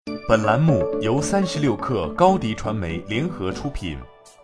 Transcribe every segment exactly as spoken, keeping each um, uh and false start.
本栏目由三十六氪高迪传媒联合出品。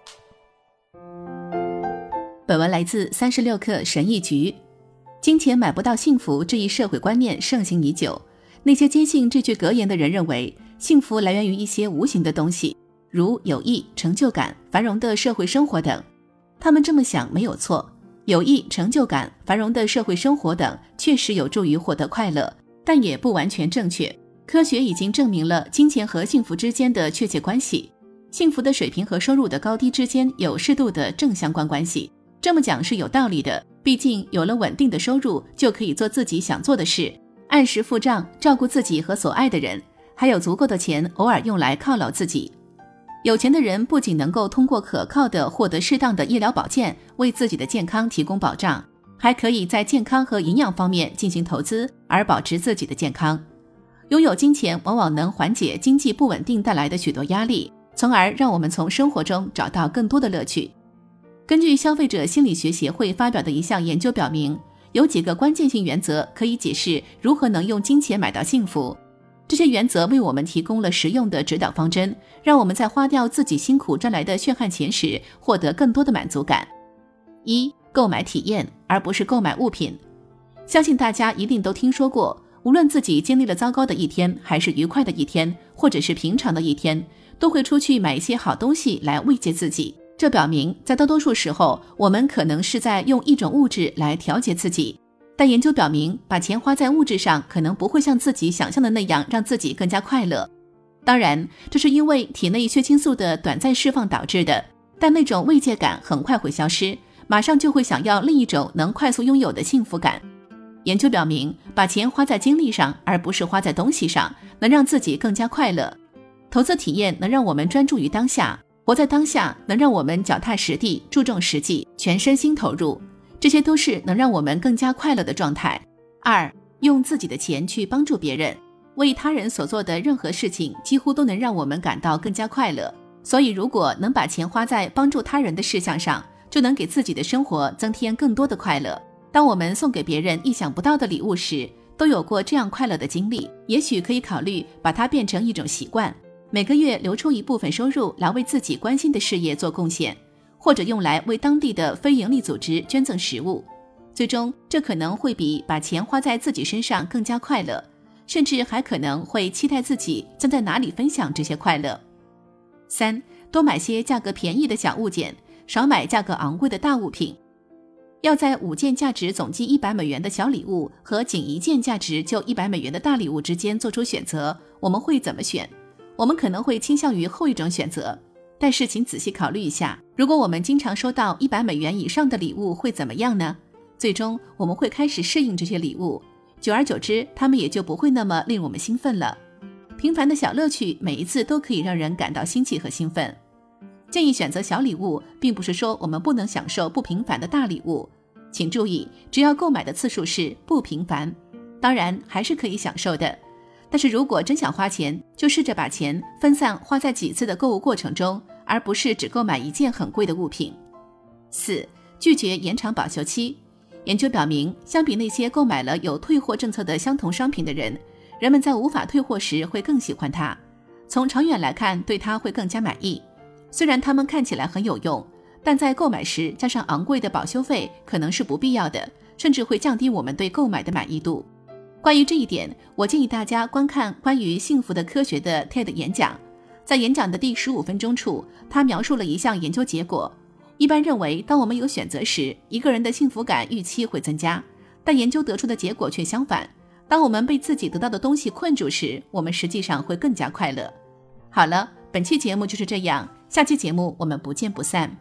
本文来自三十六氪神译局。金钱买不到幸福这一社会观念盛行已久，那些坚信这句格言的人认为，幸福来源于一些无形的东西，如友谊、成就感、繁荣的社会生活等。他们这么想没有错，友谊、成就感、繁荣的社会生活等确实有助于获得快乐，但也不完全正确。科学已经证明了金钱和幸福之间的确切关系，幸福的水平和收入的高低之间有适度的正相关关系。这么讲是有道理的，毕竟有了稳定的收入，就可以做自己想做的事，按时付账，照顾自己和所爱的人，还有足够的钱偶尔用来犒劳自己。有钱的人不仅能够通过可靠的获得适当的医疗保健，为自己的健康提供保障，还可以在健康和营养方面进行投资，而保持自己的健康。拥有金钱往往能缓解经济不稳定带来的许多压力，从而让我们从生活中找到更多的乐趣。根据消费者心理学协会发表的一项研究表明，有几个关键性原则可以解释如何能用金钱买到幸福。这些原则为我们提供了实用的指导方针，让我们在花掉自己辛苦赚来的血汗钱时，获得更多的满足感。一、购买体验，而不是购买物品。相信大家一定都听说过，无论自己经历了糟糕的一天，还是愉快的一天，或者是平常的一天，都会出去买一些好东西来慰藉自己。这表明在大多数时候，我们可能是在用一种物质来调节自己。但研究表明，把钱花在物质上可能不会像自己想象的那样让自己更加快乐。当然，这是因为体内血清素的短暂释放导致的，但那种慰藉感很快会消失，马上就会想要另一种能快速拥有的幸福感。研究表明，把钱花在精力上，而不是花在东西上，能让自己更加快乐。投资体验能让我们专注于当下，活在当下能让我们脚踏实地，注重实际，全身心投入，这些都是能让我们更加快乐的状态。二、用自己的钱去帮助别人。为他人所做的任何事情几乎都能让我们感到更加快乐，所以如果能把钱花在帮助他人的事项上，就能给自己的生活增添更多的快乐。当我们送给别人意想不到的礼物时，都有过这样快乐的经历，也许可以考虑把它变成一种习惯，每个月留出一部分收入来为自己关心的事业做贡献，或者用来为当地的非营利组织捐赠食物。最终，这可能会比把钱花在自己身上更加快乐，甚至还可能会期待自己将在哪里分享这些快乐。三、多买些价格便宜的小物件，少买价格昂贵的大物品。要在五件价值总计一百美元的小礼物和仅一件价值就一百美元的大礼物之间做出选择，我们会怎么选？我们可能会倾向于后一种选择，但是请仔细考虑一下，如果我们经常收到一百美元以上的礼物会怎么样呢？最终我们会开始适应这些礼物，久而久之，它们也就不会那么令我们兴奋了。平凡的小乐趣每一次都可以让人感到新奇和兴奋。建议选择小礼物，并不是说我们不能享受不平凡的大礼物。请注意，只要购买的次数是不平凡，当然还是可以享受的。但是如果真想花钱，就试着把钱分散花在几次的购物过程中，而不是只购买一件很贵的物品。四、拒绝延长保修期。研究表明，相比那些购买了有退货政策的相同商品的人，人们在无法退货时会更喜欢它。从长远来看，对它会更加满意。虽然它们看起来很有用，但在购买时加上昂贵的保修费可能是不必要的，甚至会降低我们对购买的满意度。关于这一点，我建议大家观看关于幸福的科学的 T E D 演讲。在演讲的第十五分钟处，他描述了一项研究结果。一般认为，当我们有选择时，一个人的幸福感预期会增加，但研究得出的结果却相反。当我们被自己得到的东西困住时，我们实际上会更加快乐。好了，本期节目就是这样，下期节目我们不见不散。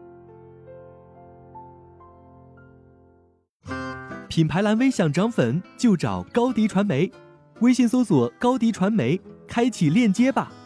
品牌蓝 V 想涨粉就找高迪传媒，微信搜索高迪传媒，开启链接吧。